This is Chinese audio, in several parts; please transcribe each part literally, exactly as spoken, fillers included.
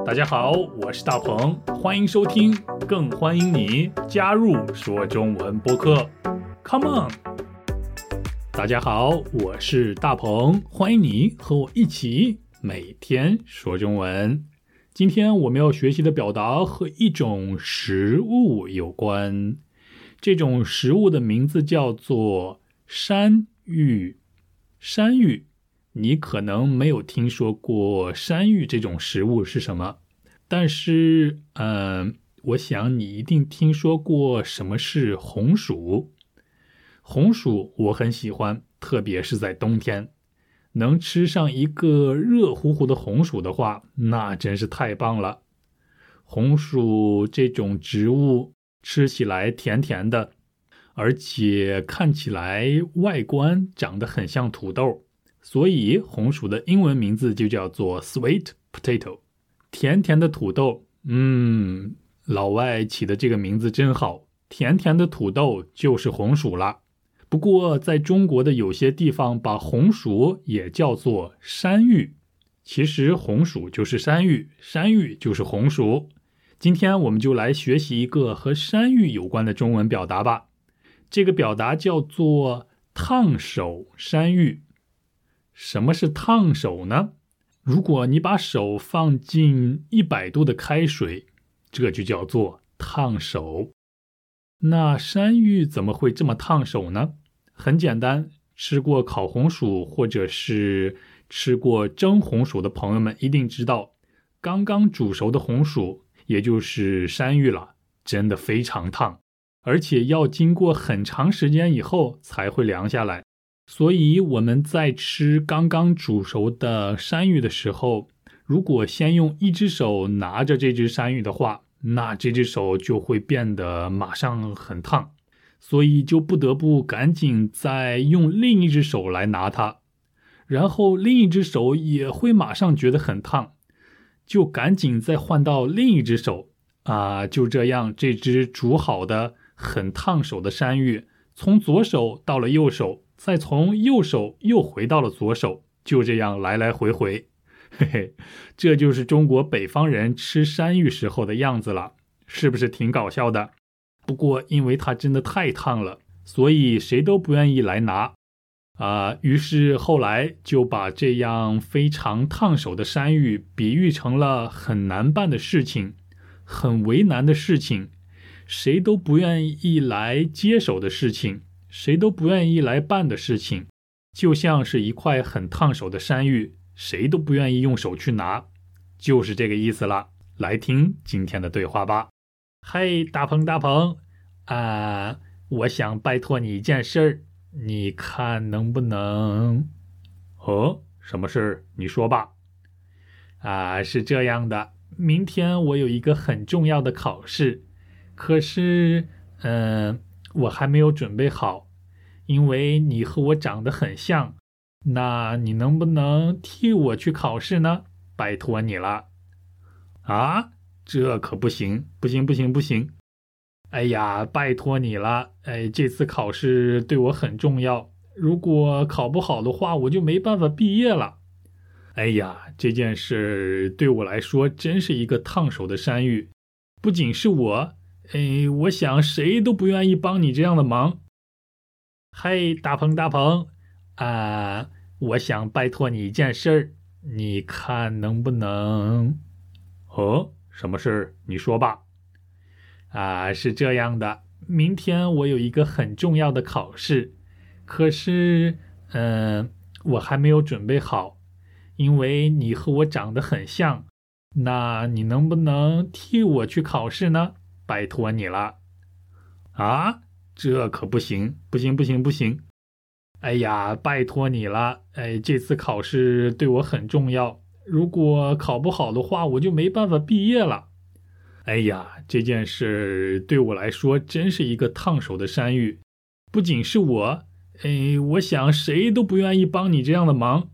大家好，我是大鹏，欢迎收听，更欢迎你加入说中文播客 Come on。 大家好，我是大鹏，欢迎你和我一起每天说中文。今天我们要学习的表达和一种食物有关，这种食物的名字叫做山芋。山芋，你可能没有听说过山芋这种食物是什么，但是嗯、呃，我想你一定听说过什么是红薯。红薯我很喜欢，特别是在冬天，能吃上一个热乎乎的红薯的话，那真是太棒了。红薯这种植物吃起来甜甜的，而且看起来外观长得很像土豆，所以红薯的英文名字就叫做 sweet potato， 甜甜的土豆。嗯，老外起的这个名字真好，甜甜的土豆就是红薯了。不过在中国的有些地方把红薯也叫做山芋，其实红薯就是山芋，山芋就是红薯。今天我们就来学习一个和山芋有关的中文表达吧。这个表达叫做烫手山芋。什么是烫手呢？如果你把手放进一百度的开水，这就叫做烫手。那山芋怎么会这么烫手呢？很简单，吃过烤红薯或者是吃过蒸红薯的朋友们一定知道，刚刚煮熟的红薯，也就是山芋了，真的非常烫，而且要经过很长时间以后才会凉下来。所以我们在吃刚刚煮熟的山芋的时候，如果先用一只手拿着这只山芋的话，那这只手就会变得马上很烫，所以就不得不赶紧再用另一只手来拿它，然后另一只手也会马上觉得很烫，就赶紧再换到另一只手啊，就这样这只煮好的很烫手的山芋从左手到了右手，再从右手又回到了左手，就这样来来回回。嘿嘿，这就是中国北方人吃山芋时候的样子了，是不是挺搞笑的？不过因为它真的太烫了，所以谁都不愿意来拿啊、呃，于是后来就把这样非常烫手的山芋比喻成了很难办的事情，很为难的事情，谁都不愿意来接手的事情，谁都不愿意来办的事情，就像是一块很烫手的山芋，谁都不愿意用手去拿，就是这个意思了。来听今天的对话吧。嘿，大鹏大鹏啊，我想拜托你一件事儿，你看能不能？哦，什么事儿？你说吧。啊，是这样的，明天我有一个很重要的考试，可是，嗯、呃，我还没有准备好，因为你和我长得很像，那你能不能替我去考试呢？拜托你了。啊，这可不行，不行不行不行。哎呀，拜托你了，哎，这次考试对我很重要，如果考不好的话，我就没办法毕业了。哎呀，这件事对我来说真是一个烫手的山芋，不仅是我，哎，我想谁都不愿意帮你这样的忙。嘿，大鹏大鹏啊，我想拜托你一件事儿，你看能不能？哦，什么事儿？你说吧。啊，是这样的，明天我有一个很重要的考试，可是，嗯、呃，我还没有准备好，因为你和我长得很像，那你能不能替我去考试呢？拜托你了。啊，这可不行，不行不行不行。哎呀，拜托你了，哎，这次考试对我很重要，如果考不好的话，我就没办法毕业了。哎呀，这件事对我来说真是一个烫手的山芋，不仅是我，哎，我想谁都不愿意帮你这样的忙。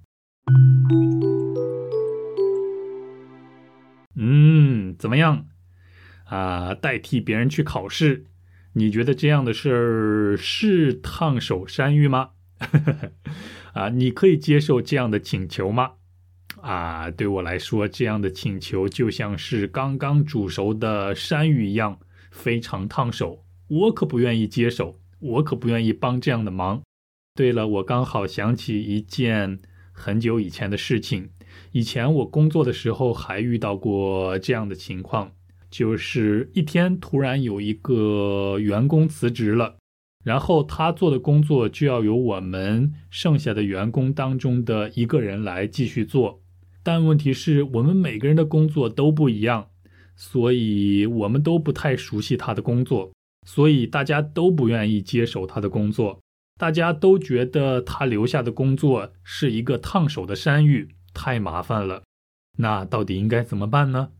嗯，怎么样啊？代替别人去考试，你觉得这样的事儿是烫手山芋吗？啊，你可以接受这样的请求吗？ 啊，对我来说，这样的请求就像是刚刚煮熟的山芋一样，非常烫手。我可不愿意接手，我可不愿意帮这样的忙。对了，我刚好想起一件很久以前的事情。以前我工作的时候还遇到过这样的情况，就是一天突然有一个员工辞职了，然后他做的工作就要由我们剩下的员工当中的一个人来继续做。但问题是我们每个人的工作都不一样，所以我们都不太熟悉他的工作，所以大家都不愿意接手他的工作。大家都觉得他留下的工作是一个烫手的山芋，太麻烦了。那到底应该怎么办呢？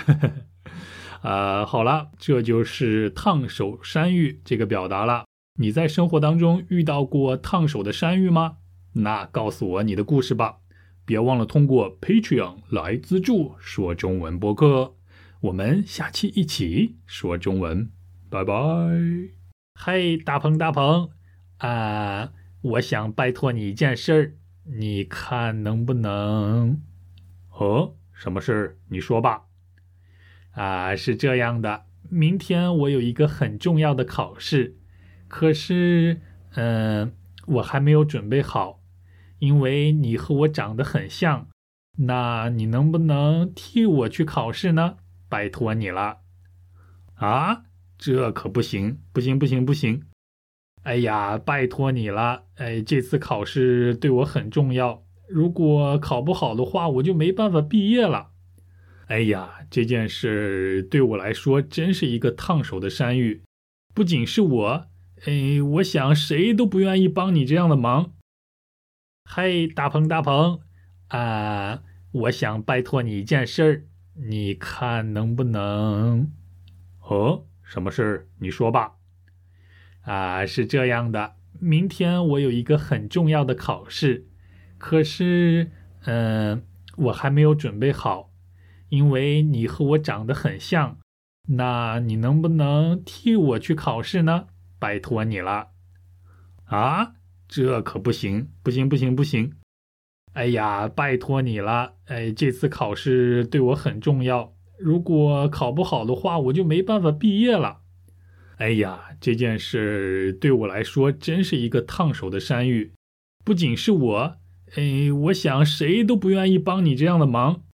呃，好了，这就是烫手山芋这个表达了。你在生活当中遇到过烫手的山芋吗？那告诉我你的故事吧。别忘了通过 Patreon 来资助说中文播客。我们下期一起说中文，拜拜。嘿，大鹏大鹏啊，我想拜托你一件事儿，你看能不能？哦，什么事儿？你说吧。啊，是这样的，明天我有一个很重要的考试，可是，嗯、呃，我还没有准备好。因为你和我长得很像，那你能不能替我去考试呢？拜托你了。啊，这可不行，不行不行不行。哎呀，拜托你了，哎，这次考试对我很重要，如果考不好的话，我就没办法毕业了。哎呀，这件事对我来说真是一个烫手的山芋，不仅是我，哎，我想谁都不愿意帮你这样的忙。嘿，大鹏大鹏啊，我想拜托你一件事儿，你看能不能？哦，什么事儿？你说吧。啊，是这样的，明天我有一个很重要的考试，可是，嗯、呃，我还没有准备好，因为你和我长得很像，那你能不能替我去考试呢？拜托你了。啊？这可不行，不行不行不行！哎呀，拜托你了，哎，这次考试对我很重要，如果考不好的话，我就没办法毕业了。哎呀，这件事对我来说真是一个烫手的山芋，不仅是我，哎，我想谁都不愿意帮你这样的忙。